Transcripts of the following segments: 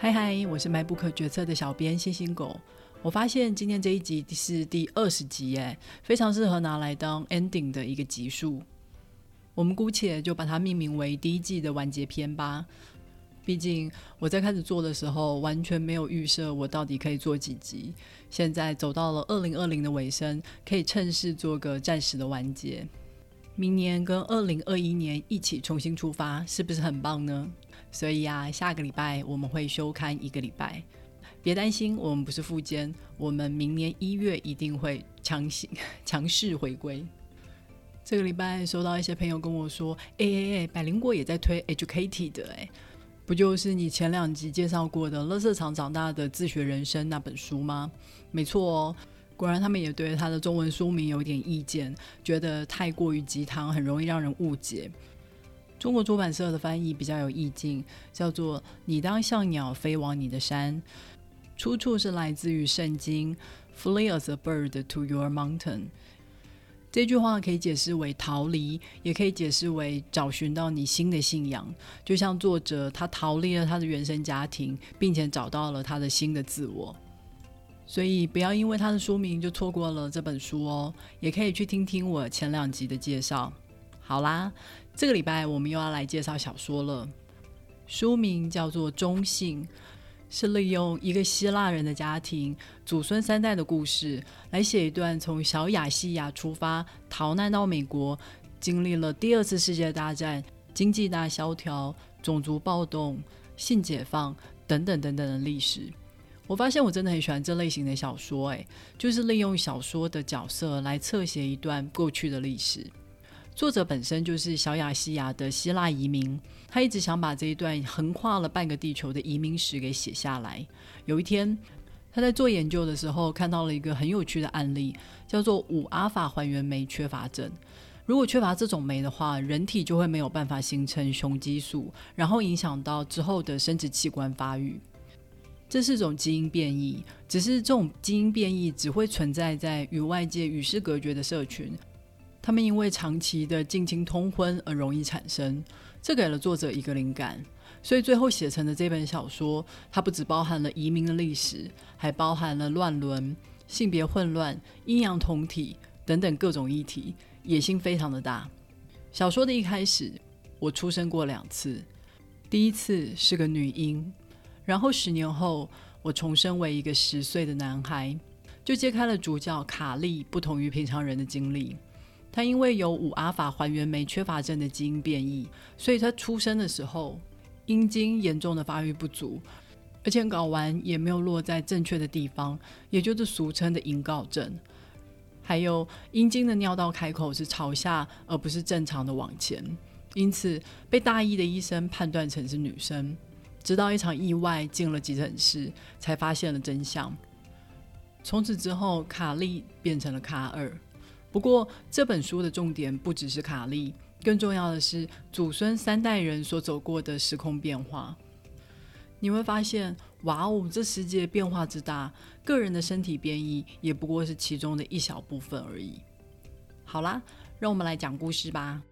嗨嗨，我是卖不可决策的小编星星狗。我发现今天这一集是第20集耶，非常适合拿来当 ending 的一个集数。我们姑且就把它命名为第一季的完结篇吧。毕竟我在开始做的时候完全没有预设我到底可以做几集，现在走到了2020的尾声，可以趁势做个暂时的完结。明年跟2021年一起重新出发，是不是很棒呢？所以下个礼拜我们会休刊1个礼拜，别担心，我们不是复健，我们明年1月一定会强势回归。这个礼拜收到一些朋友跟我说，百灵果也在推 Educated 不就是你前2集介绍过的垃圾场长大的自学人生那本书吗？没错哦，果然他们也对他的中文书名有点意见，觉得太过于鸡汤，很容易让人误解。中国出版社的翻译比较有意境，叫做你当像鸟飞往你的山，出处是来自于圣经 Flee as a bird to your mountain。 这句话可以解释为逃离，也可以解释为找寻到你新的信仰，就像作者他逃离了他的原生家庭，并且找到了他的新的自我。所以不要因为他的书名就错过了这本书哦，也可以去听听我前2集的介绍。好啦，这个礼拜我们又要来介绍小说了，书名叫做《中性》，是利用一个希腊人的家庭祖孙3代的故事来写一段从小亚细亚出发逃难到美国，经历了第2次世界大战、经济大萧条、种族暴动、性解放等等等等的历史。我发现我真的很喜欢这类型的小说，就是利用小说的角色来侧写一段过去的历史。作者本身就是小亚细亚的希腊移民，他一直想把这一段横跨了半个地球的移民史给写下来。有一天他在做研究的时候看到了一个很有趣的案例，叫做5阿法还原酶缺乏症。如果缺乏这种酶的话，人体就会没有办法形成雄激素，然后影响到之后的生殖器官发育。这是种基因变异，只是这种基因变异只会存在在与外界与世隔绝的社群，他们因为长期的近亲通婚而容易产生，这给了作者一个灵感。所以最后写成的这本小说，它不只包含了移民的历史，还包含了乱伦、性别混乱、阴阳同体等等各种议题，野心非常的大。小说的一开始，我出生过2次，第一次是个女婴，然后10年后我重生为一个10岁的男孩，就揭开了主角卡利不同于平常人的经历。他因为有5阿法还原酶缺乏症的基因变异，所以他出生的时候阴茎严重的发育不足，而且睾丸也没有落在正确的地方，也就是俗称的隐睾症。还有阴茎的尿道开口是朝下而不是正常的往前，因此被大医的医生判断成是女生，直到一场意外进了急诊室才发现了真相。从此之后卡利变成了卡尔。不过这本书的重点不只是卡利，更重要的是祖孙3代人所走过的时空变化。你会发现，哇哦，这世界变化之大，个人的身体变异也不过是其中的一小部分而已。好啦，让我们来讲故事吧。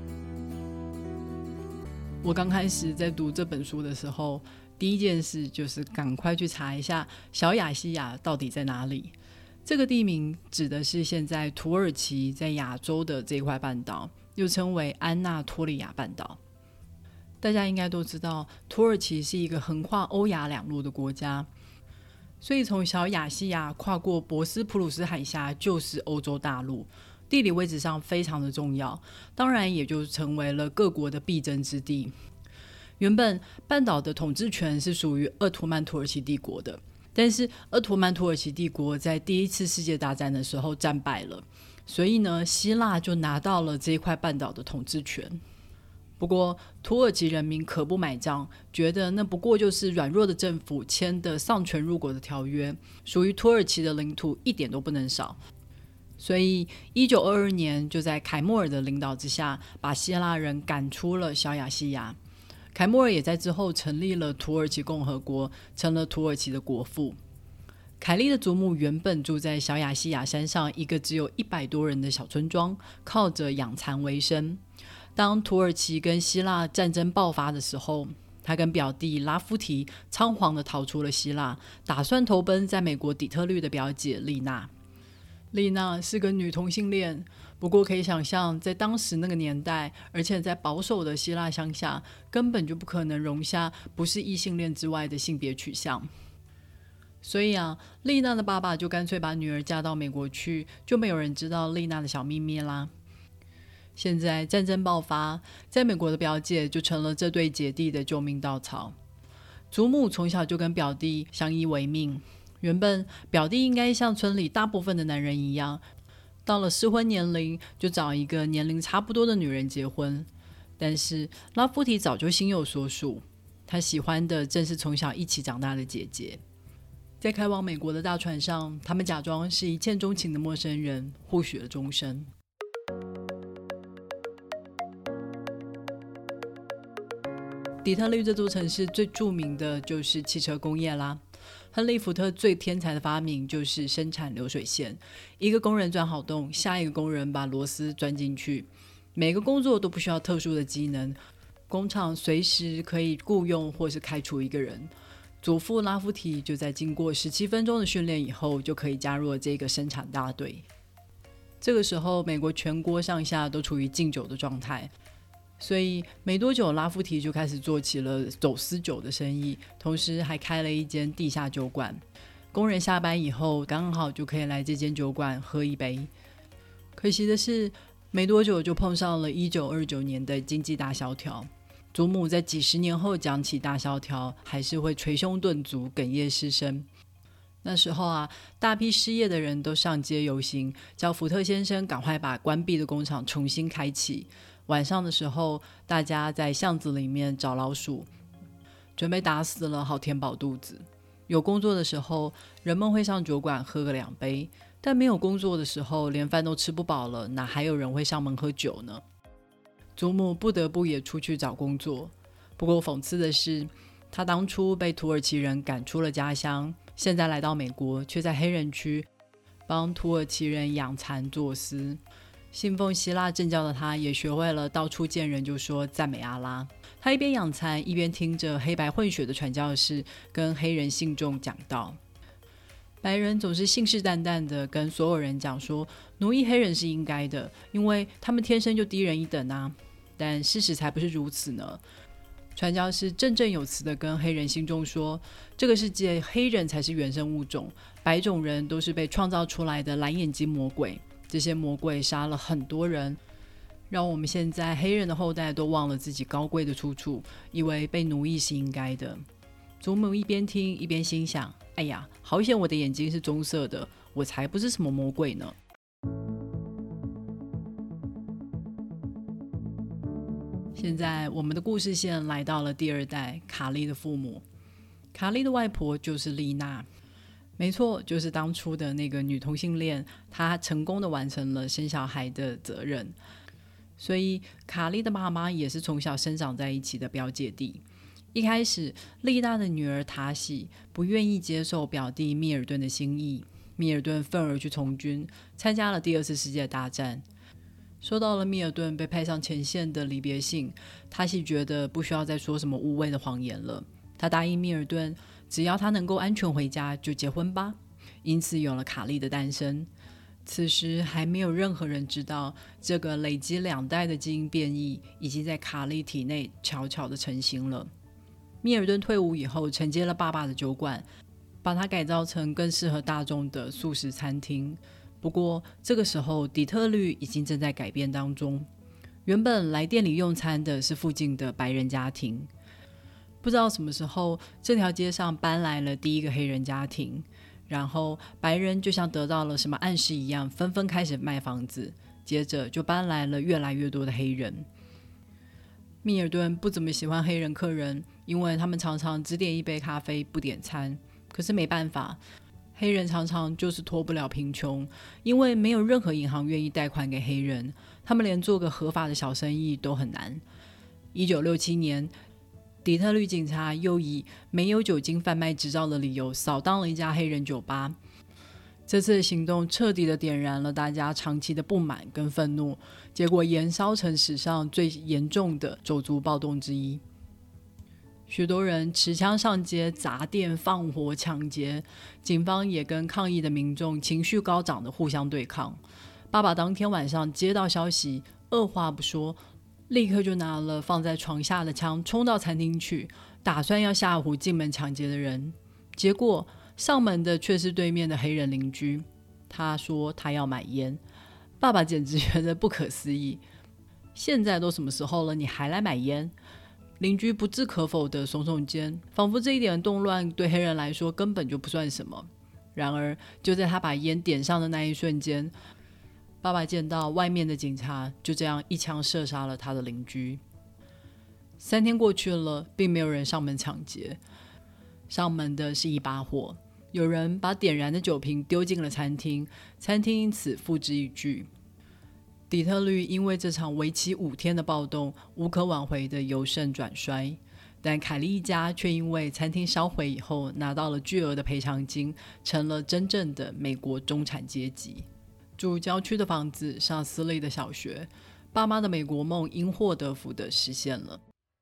我刚开始在读这本书的时候，第一件事就是赶快去查一下小亚细亚到底在哪里。这个地名指的是现在土耳其在亚洲的这块半岛，又称为安纳托利亚半岛。大家应该都知道，土耳其是一个横跨欧亚2陆的国家，所以从小亚细亚跨过博斯普鲁斯海峡就是欧洲大陆，地理位置上非常的重要，当然也就成为了各国的必争之地。原本半岛的统治权是属于鄂图曼土耳其帝国的，但是鄂图曼土耳其帝国在第1次世界大战的时候战败了，所以呢，希腊就拿到了这一块半岛的统治权。不过土耳其人民可不买账，觉得那不过就是软弱的政府签的丧权辱国的条约，属于土耳其的领土一点都不能少。所以1922年就在凯末尔的领导之下，把希腊人赶出了小亚细亚。凯末尔也在之后成立了土耳其共和国，成了土耳其的国父。凯利的祖母原本住在小亚细亚山上一个只有100多人的小村庄，靠着养蚕为生。当土耳其跟希腊战争爆发的时候， 他跟表弟拉夫提仓皇地逃出了希腊，打算投奔在美国底特律的表姐丽娜。丽娜是个女同性恋，不过可以想象，在当时那个年代，而且在保守的希腊乡下，根本就不可能容下不是异性恋之外的性别取向。所以丽娜的爸爸就干脆把女儿嫁到美国去，就没有人知道丽娜的小秘密啦。现在战争爆发，在美国的表姐就成了这对姐弟的救命稻草。祖母从小就跟表弟相依为命，原本表弟应该像村里大部分的男人一样，到了适婚年龄就找一个年龄差不多的女人结婚，但是拉夫提早就心有所属，他喜欢的正是从小一起长大的姐姐。在开往美国的大船上，他们假装是一见钟情的陌生人，互许了终身。底特律这座城市最著名的就是汽车工业啦。亨利·福特最天才的发明就是生产流水线，一个工人钻好洞，下一个工人把螺丝钻进去，每个工作都不需要特殊的机能，工厂随时可以雇佣或是开除一个人。祖父拉夫提就在经过17分钟的训练以后，就可以加入了这个生产大队。这个时候，美国全国上下都处于禁酒的状态，所以没多久，拉夫提就开始做起了走私酒的生意，同时还开了一间地下酒馆。工人下班以后，刚好就可以来这间酒馆喝一杯。可惜的是，没多久就碰上了1929年的经济大萧条。祖母在几十年后讲起大萧条，还是会捶胸顿足，哽咽失声。那时候大批失业的人都上街游行，叫福特先生赶快把关闭的工厂重新开启。晚上的时候，大家在巷子里面找老鼠，准备打死了好填饱肚子。有工作的时候，人们会上酒馆喝个2杯，但没有工作的时候，连饭都吃不饱了，哪还有人会上门喝酒呢？祖母不得不也出去找工作，不过讽刺的是，她当初被土耳其人赶出了家乡，现在来到美国，却在黑人区帮土耳其人养蚕作丝。信奉希腊正教的他，也学会了到处见人就说赞美阿拉。他一边养蚕，一边听着黑白混血的传教士跟黑人信众讲道。白人总是信誓旦旦的跟所有人讲说，奴役黑人是应该的，因为他们天生就低人一等啊。但事实才不是如此呢。传教士振振有词的跟黑人信众说，这个世界黑人才是原生物种，白种人都是被创造出来的蓝眼睛魔鬼，这些魔鬼杀了很多人，让我们现在黑人的后代都忘了自己高贵的出处，以为被奴役是应该的。祖母一边听一边心想，哎呀，好险我的眼睛是棕色的，我才不是什么魔鬼呢。现在我们的故事线来到了第2代卡莉的父母。卡莉的外婆就是丽娜，没错，就是当初的那个女同性恋，她成功的完成了生小孩的责任。所以卡莉的妈妈也是从小生长在一起的表姐弟。一开始丽娜的女儿塔喜不愿意接受表弟密尔顿的心意，密尔顿愤而去从军，参加了第2次世界大战。收到了密尔顿被派上前线的离别信，塔喜觉得不需要再说什么无谓的谎言了。他答应密尔顿，只要他能够安全回家就结婚吧，因此有了卡莉的诞生。此时还没有任何人知道，这个累积2代的基因变异已经在卡莉体内悄悄地成型了。密尔顿退伍以后承接了爸爸的酒馆，把它改造成更适合大众的素食餐厅。不过这个时候底特律已经正在改变当中，原本来店里用餐的是附近的白人家庭，不知道什么时候这条街上搬来了第一个黑人家庭，然后白人就像得到了什么暗示一样，纷纷开始卖房子，接着就搬来了越来越多的黑人。密尔顿不怎么喜欢黑人客人，因为他们常常只点一杯咖啡不点餐，可是没办法，黑人常常就是脱不了贫穷，因为没有任何银行愿意贷款给黑人，他们连做个合法的小生意都很难。1967年，底特律警察又以没有酒精贩卖执照的理由扫荡了一家黑人酒吧。这次的行动彻底的点燃了大家长期的不满跟愤怒，结果延烧成史上最严重的种族暴动之一。 许多人持枪上街砸店放火抢劫，警方也跟抗议的民众情绪高涨的互相对抗。爸爸当天晚上接到消息，二话不说立刻就拿了放在床下的枪冲到餐厅去，打算要吓唬进门抢劫的人。结果上门的却是对面的黑人邻居，他说他要买烟。爸爸简直觉得不可思议，现在都什么时候了，你还来买烟？邻居不置可否的耸耸肩，仿佛这一点动乱对黑人来说根本就不算什么。然而就在他把烟点上的那一瞬间，爸爸见到外面的警察就这样一枪射杀了他的邻居。3天过去了，并没有人上门抢劫，上门的是一把火，有人把点燃的酒瓶丢进了餐厅，餐厅因此付之一炬。底特律因为这场为期5天的暴动无可挽回的由盛转衰，但凯利一家却因为餐厅烧毁以后拿到了巨额的赔偿金，成了真正的美国中产阶级。住郊区的房子，上私立的小学，爸妈的美国梦因祸得福的实现了。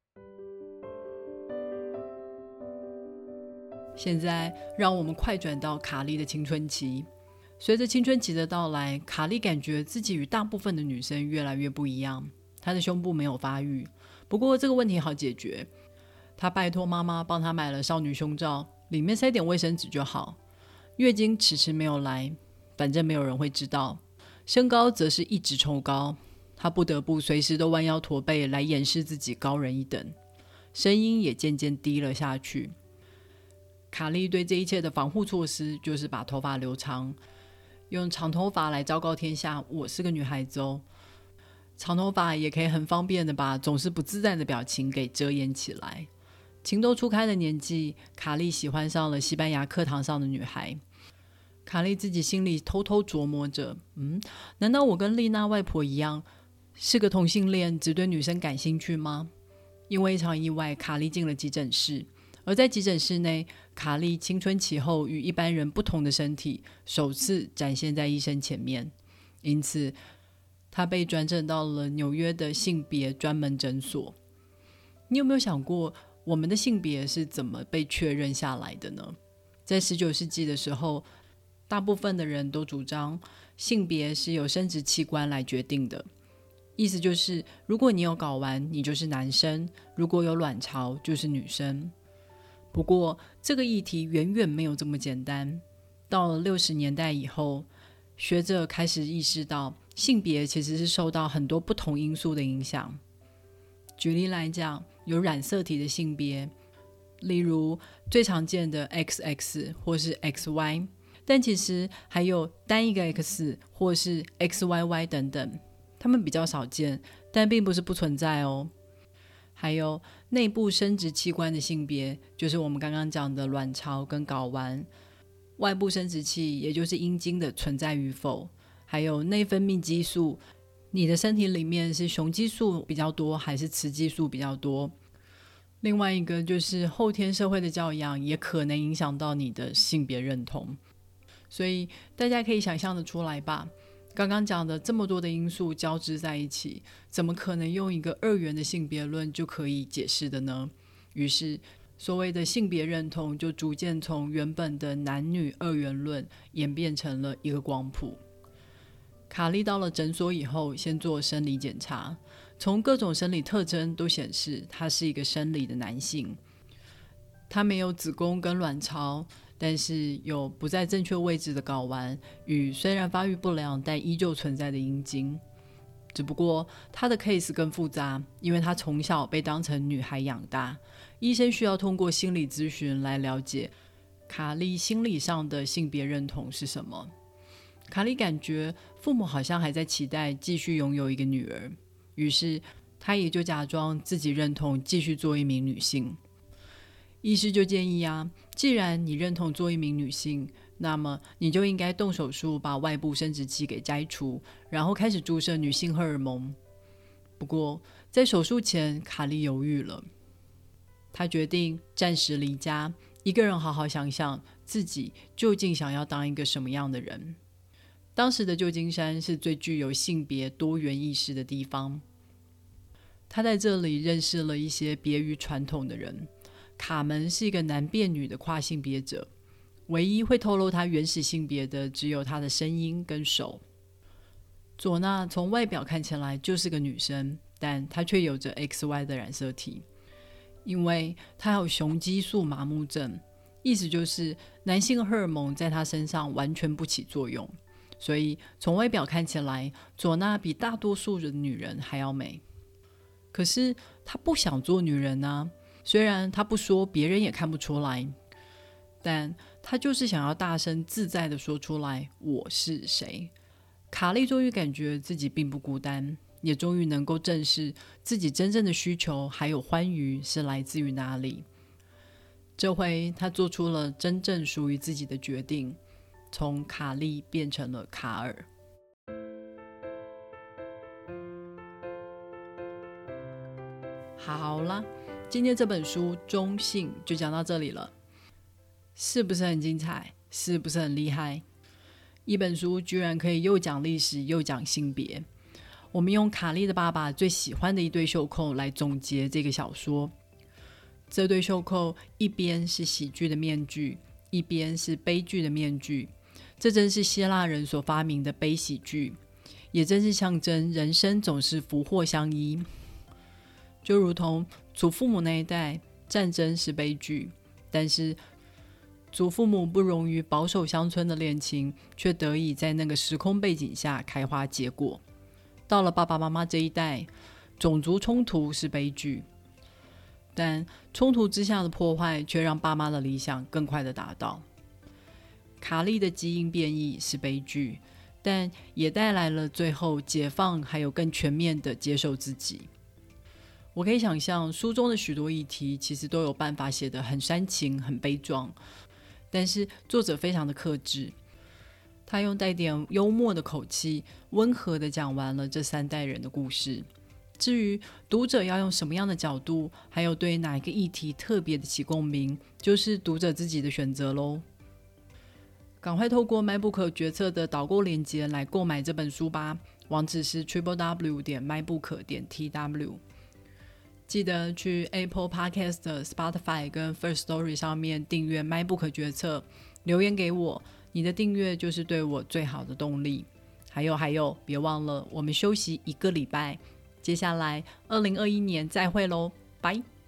现在让我们快转到卡莉的青春期。随着青春期的到来，卡莉感觉自己与大部分的女生越来越不一样。她的胸部没有发育，不过这个问题好解决。她拜托妈妈帮她买了少女胸罩，里面塞点卫生纸就好。月经迟迟没有来，反正没有人会知道。身高则是一直抽高，她不得不随时都弯腰驼背来掩饰自己高人一等，声音也渐渐低了下去。卡莉对这一切的防护措施就是把头发留长，用长头发来昭告天下，我是个女孩子哦。长头发也可以很方便的把总是不自在的表情给遮掩起来。情窦初开的年纪，卡莉喜欢上了西班牙课堂上的女孩。卡莉自己心里偷偷琢磨着，难道我跟丽娜外婆一样，是个同性恋，只对女生感兴趣吗？因为一场意外，卡莉进了急诊室。而在急诊室内，卡莉青春期后与一般人不同的身体首次展现在医生前面，因此她被转诊到了纽约的性别专门诊所。你有没有想过，我们的性别是怎么被确认下来的呢？在19世纪的时候，大部分的人都主张性别是由生殖器官来决定的，意思就是如果你有睾丸，你就是男生；如果有卵巢，就是女生。不过这个议题远远没有这么简单。到了60年代以后，学者开始意识到性别其实是受到很多不同因素的影响。举例来讲，有染色体的性别，例如最常见的 XX 或是 XY， 但其实还有单一个 X 或是 XYY 等等，它们比较少见，但并不是不存在哦。还有内部生殖器官的性别，就是我们刚刚讲的卵巢跟睾丸；外部生殖器，也就是阴茎的存在与否；还有内分泌激素，你的身体里面是雄激素比较多还是雌激素比较多。另外一个就是后天社会的教养也可能影响到你的性别认同。所以大家可以想象得出来吧，刚刚讲的这么多的因素交织在一起，怎么可能用一个2元的性别论就可以解释的呢？于是所谓的性别认同就逐渐从原本的男女2元论演变成了一个光谱。卡莉到了诊所以后，先做生理检查，从各种生理特征都显示他是一个生理的男性。他没有子宫跟卵巢，但是有不在正确位置的睾丸与虽然发育不良但依旧存在的阴茎。只不过他的 case 更复杂，因为他从小被当成女孩养大，医生需要通过心理咨询来了解卡莉心理上的性别认同是什么。卡莉感觉父母好像还在期待继续拥有一个女儿，于是她也就假装自己认同继续做一名女性。医师就建议既然你认同做一名女性，那么你就应该动手术把外部生殖器给摘除，然后开始注射女性荷尔蒙。不过在手术前，卡莉犹豫了，她决定暂时离家，一个人好好想想自己究竟想要当一个什么样的人。当时的旧金山是最具有性别多元意识的地方，她在这里认识了一些别于传统的人， 卡门是一个男变女的跨性别者，唯一会透露他原始性别的只有他的声音跟手。佐娜从外表看起来就是个女生，但她却有着 XY 的染色体，因为她有雄激素麻木症，意思就是男性荷尔蒙在她身上完全不起作用，所以从外表看起来，佐娜比大多数的女人还要美。可是她不想做女人啊，虽然她不说，别人也看不出来，但她就是想要大声自在地说出来我是谁。卡莉终于感觉自己并不孤单，也终于能够正视自己真正的需求还有欢愉是来自于哪里。这回她做出了真正属于自己的决定，从卡莉变成了卡尔。好啦，今天这本书中性就讲到这里了，是不是很精彩？是不是很厉害？一本书居然可以又讲历史又讲性别。我们用卡莉的爸爸最喜欢的一对袖扣来总结这个小说。这对袖扣一边是喜剧的面具，一边是悲剧的面具，这真是希腊人所发明的悲喜剧，也真是象征人生总是福祸相依。就如同祖父母那一代，战争是悲剧，但是祖父母不容于保守乡村的恋情，却得以在那个时空背景下开花结果。到了爸爸妈妈这一代，种族冲突是悲剧，但冲突之下的破坏却让爸妈的理想更快的达到。卡莉的基因变异是悲剧，但也带来了最后解放还有更全面的接受自己。我可以想象书中的许多议题其实都有办法写得很煽情很悲壮，但是作者非常的克制，他用带点幽默的口气温和地讲完了这3代人的故事。至于读者要用什么样的角度，还有对哪一个议题特别的起共鸣，就是读者自己的选择咯。赶快透过 MyBook 决策的导购链接来购买这本书吧，网址是 www.mybook.tw。 记得去 Apple Podcast、Spotify 跟 First Story 上面订阅 MyBook 决策，留言给我，你的订阅就是对我最好的动力。还有别忘了我们休息1个礼拜，接下来2021年再会咯，拜。